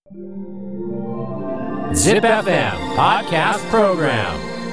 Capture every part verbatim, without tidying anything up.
Zip エフエム Podcast Program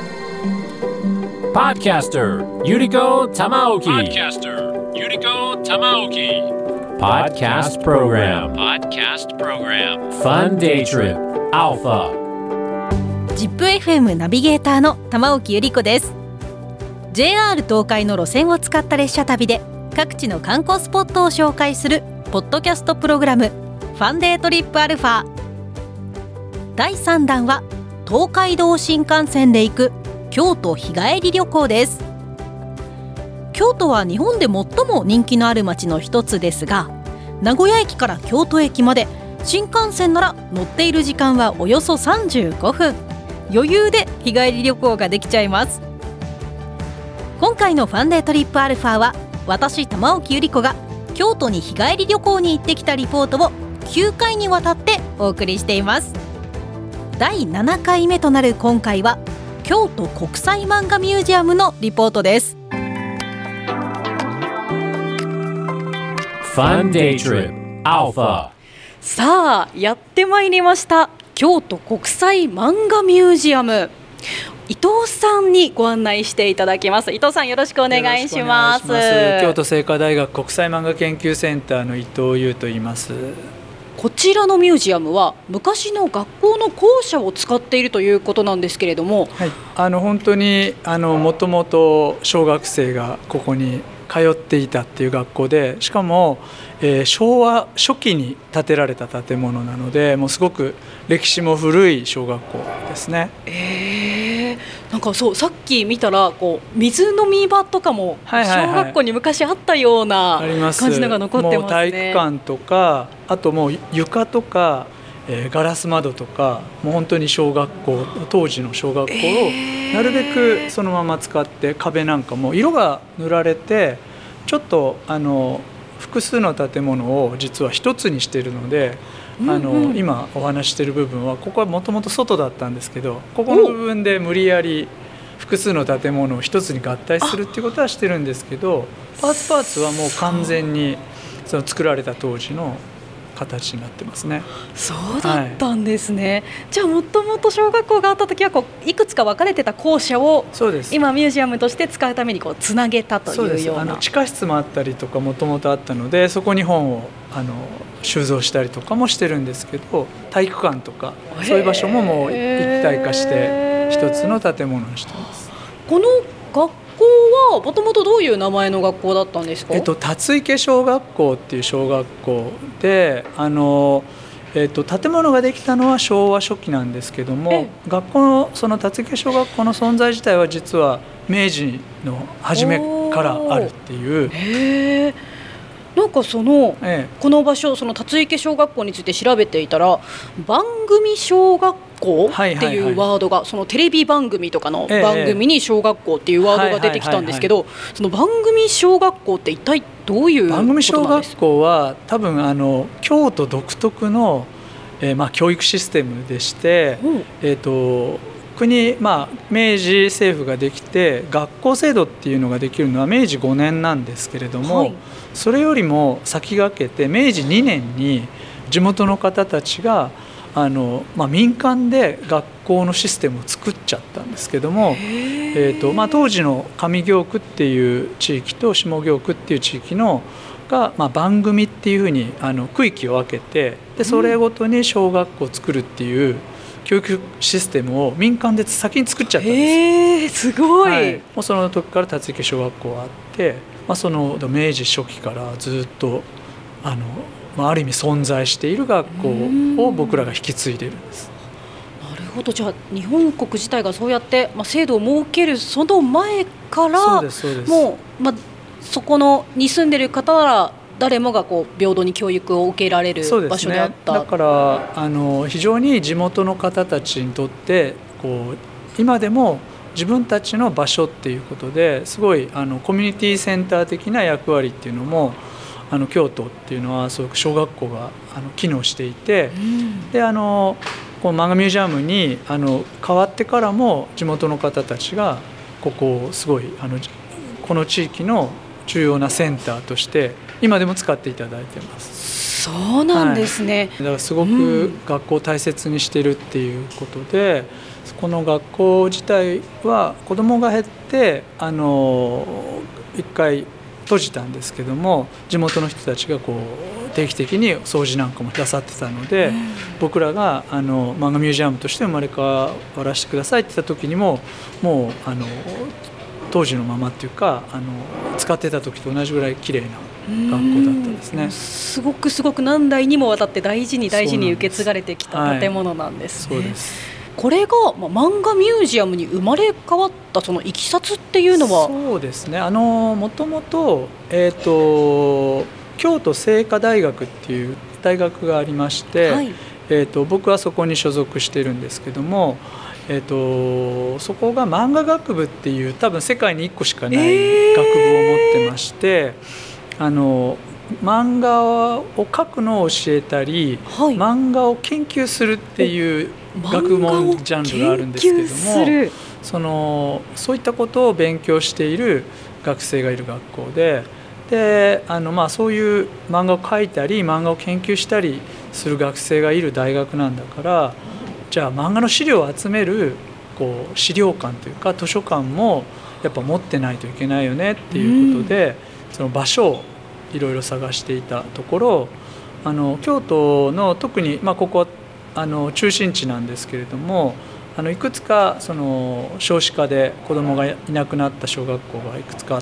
Podcaster Yuriko Tamaoki Podcaster Yuriko Tamaoki Podcast Program Podcast Program Fun Day Trip Alpha ジップ エフエム ナビゲーターの玉置ゆり子です。 ジェイアール 東海の路線を使った列車旅で各地の観光スポットを紹介するポッドキャストプログラムファンデートリップアルファ。だいさんだんは東海道新幹線で行く京都日帰り旅行です。京都は日本で最も人気のある街の一つですが、名古屋駅から京都駅まで新幹線なら乗っている時間はおよそさんじゅうごふん、余裕で日帰り旅行ができちゃいます。今回のファンデートリップアルファは私玉置ゆり子が京都に日帰り旅行に行ってきたリポートをきゅうかいにわたってお送りしています。だいななかいめとなる今回は京都国際漫画ミュージアムのリポートです。 Fun Day Trip Alpha。 さあやってまいりました、京都国際漫画ミュージアム。伊藤さんにご案内していただきます。伊藤さんよろしくお願いします。 京都精華大学国際漫画研究センターの伊藤優と言います。 こちらのミュージアムは昔の学校の校舎を使っているということなんですけれども、 はい、あの本当にあのもともと小学生がここに通っていたっていう学校で、しかも、えー、昭和初期に建てられた建物なので、もうすごく歴史も古い小学校ですね。 えー、なんかそうさっき見たらこう水飲み場とかも小学校に昔あったような感じのが残ってますね。 もう体育館とか、あともう床とか、えー、ガラス窓とか、もう本当に小学校当時の小学校をなるべくそのまま使って、壁なんかも色が塗られて、ちょっとあの複数の建物を実は一つにしているので、うんうん、あの今お話している部分はここはもともと外だったんですけど、ここの部分で無理やり複数の建物を一つに合体するっていうことはしてるんですけど、パーツパーツはもう完全にその作られた当時の形になってますね。 そうだったんですね、はい、じゃあもともと小学校があった時はこういくつか分かれてた校舎を今ミュージアムとして使うためにこうつなげたというような。そうです。あの地下室もあったりとかもともとあったので、そこに本をあの収蔵したりとかもしてるんですけど、体育館とかそういう場所ももう一体化して一つの建物にしてます。 この学校はもともとどういう名前の学校だったんですか？ えっと、辰池小学校っていう小学校で、あの、えっと、建物ができたのは昭和初期なんですけども、学校のその辰池小学校の存在自体は実は明治の初めからあるっていう。 へー、なんかその、ええ、この場所、その辰池小学校について調べていたら、番組小学校っていうワードが、そのテレビ番組とかの番組に小学校っていうワードが出てきたんですけど、その番組小学校って一体どういうことなんですか？ 番組小学校は多分あの京都独特の、えーまあ、教育システムでして、うん、えーと国、まあ、明治政府ができて学校制度っていうのができるのは明治ごねんなんですけれども、はい、それよりも先駆けて明治にねんに地元の方たちがあの、まあ、民間で学校のシステムを作っちゃったんですけども、えーとまあ、当時の上京区っていう地域と下京区っていう地域のが、まあ、番組っていうふうにあの区域を分けて、でそれごとに小学校を作るっていう教育システムを民間で先に作っちゃったんです。 へー、すごい、 はい、もうその時から辰池小学校はあって、まあ、その明治初期からずっとあの、まあ、ある意味存在している学校を僕らが引き継いでいるんです。 なるほど。じゃあ日本国自体がそうやって、まあ、制度を設けるその前からそうですそうです、 もう、まあ、そこのに住んでいる方は誰もがこう平等に教育を受けられる場所であった。 そうですね、だからあの非常に地元の方たちにとってこう今でも自分たちの場所っていうことですごいあのコミュニティセンター的な役割っていうのもあの京都っていうのはそういう小学校があの機能していて、うん、であのこの漫画ミュージアムにあの変わってからも地元の方たちがここをすごいあのこの地域の重要なセンターとして今でも使っていただいてます。 そうなんですね、 はい、だからすごく学校を大切にしてるっていうことで、うん、この学校自体は子どもが減ってあの一回閉じたんですけども、地元の人たちがこう定期的に掃除なんかもなさってたので、うん、僕らがあの漫画ミュージアムとして生まれ変わらせてくださいって言った時にももうあの当時のままっていうかあの使ってた時と同じぐらい綺麗な学校だったですね。 すごくすごく何代にもわたって大事に大事に受け継がれてきた建物なんですね。 そうです。 これが、まあ、漫画ミュージアムに生まれ変わったそのいきさつっていうのは。 そうですね、あのもともと、えーと、京都精華大学っていう大学がありまして、はい、えーと、僕はそこに所属してるんですけども、えーと、そこが漫画学部っていう多分世界にいっこしかない学部を持ってまして、えー、あの漫画を描くのを教えたり、はい、漫画を研究するっていう学問ジャンルがあるんですけども、そのそういったことを勉強している学生がいる学校で、であのまあそういう漫画を描いたり漫画を研究したりする学生がいる大学なんだから、じゃあ漫画の資料を集めるこう資料館というか図書館もやっぱ持ってないといけないよねっていうことで、うん、その場所をいろいろ探していたところ、あの京都の特に、まあ、ここはあの中心地なんですけれども、あのいくつかその少子化で子どもがいなくなった小学校がいくつかあって、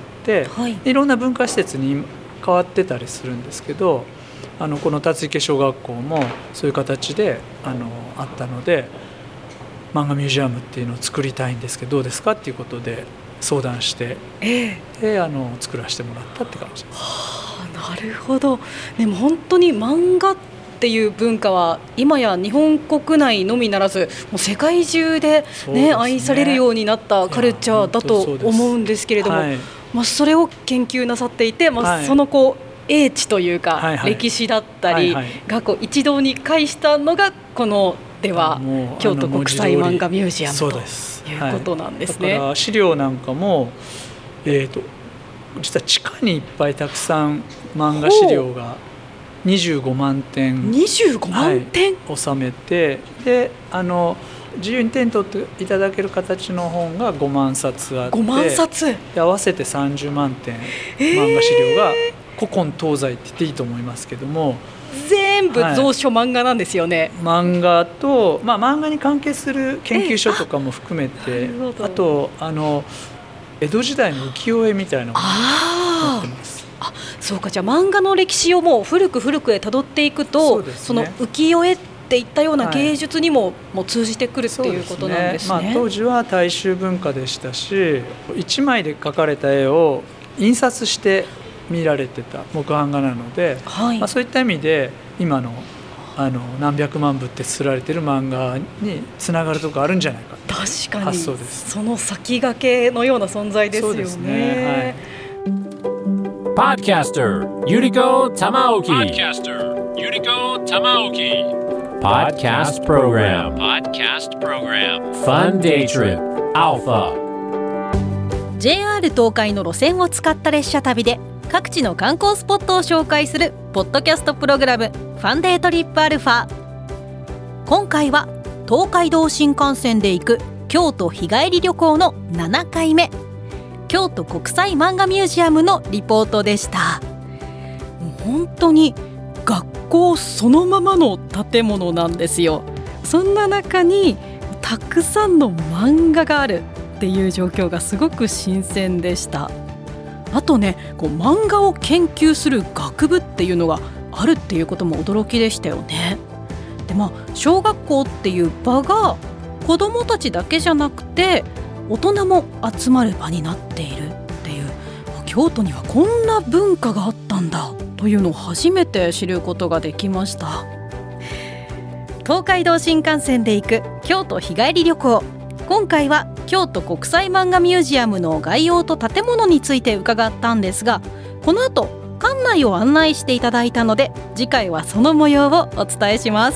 はい、いろんな文化施設に変わってたりするんですけど、あのこの辰池小学校もそういう形で あのあったので、漫画ミュージアムっていうのを作りたいんですけどどうですかっていうことで相談して、えー、であの作らせてもらったって感じです。 はあ、なるほど。でも本当に漫画っていう文化は今や日本国内のみならずもう世界中で、ね、ね愛されるようになったカルチャーだと思うんですけれども、はい、まあ、それを研究なさっていて、まあ、そのこう英知というか、はいはい、歴史だったり、はいはい、がこう一堂に会したのがこのでは京都国際漫画ミュージアムということなんですね。 だから資料なんかも、えーと、実は地下にいっぱいたくさん漫画資料がにじゅうごまんてんにじゅうごまんてん、 はい、収めて、であの自由に手に取っていただける形の本がごまんさつあって、 ごまんさつで合わせてさんじゅうまんてん漫画資料が古今東西って言っていいと思いますけども、 全部蔵書漫画なんですよね。 はい、漫画と、まあ、漫画に関係する研究書とかも含めて、あ, あとあの江戸時代の浮世絵みたいなのも載ってます。 あ、そうか。じゃあ漫画の歴史をもう古く古くへ辿っていくと、 そうですね、その浮世絵っていったような芸術にも、はい、もう通じてくるっていうことなんですね。 そうですね。まあ、当時は大衆文化でしたし、いちまいで描かれた絵を印刷して見られてた木版画なので、はい、まあ、そういった意味で今 の, あの何百万部って刷られてる漫画につながるところあるんじゃないかという発想です。 確かにその先駆けのような存在ですよね。そうですね、 はい、Podcaster Yuriko Tamaoki Podcaster Yuriko Tamaoki Podcast Program Podcast Program Fun Day Trip Alpha ジェイアール 東海の路線を使った列車旅で各地の観光スポットを紹介するポッドキャストプログラムファンデートリップアルファ。今回は東海道新幹線で行く京都日帰り旅行のななかいめ、京都国際漫画ミュージアムのリポートでした。もう本当に学校そのままの建物なんですよ。そんな中にたくさんの漫画があるっていう状況がすごく新鮮でした。あとね、こう漫画を研究する学部っていうのがあるっていうことも驚きでしたよね。で、まあ、小学校っていう場が子どもたちだけじゃなくて大人も集まる場になっているっていう、京都にはこんな文化があったんだというのを初めて知ることができました。東海道新幹線で行く京都日帰り旅行、今回は京都国際漫画ミュージアムの概要と建物について伺ったんですが、この後館内を案内していただいたので次回はその模様をお伝えします。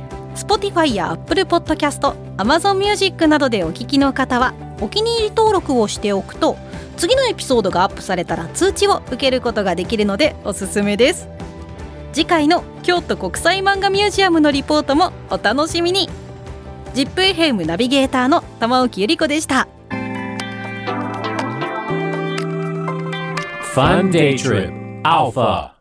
Spotify や Apple Podcast、Amazon Music などでお聞きの方はお気に入り登録をしておくと次のエピソードがアップされたら通知を受けることができるのでおすすめです。 次回の京都国際漫画ミュージアムのリポートもお楽しみに。 ジップエフエム ナビゲーターの玉置百合子でした。 Fun Day Trip Alpha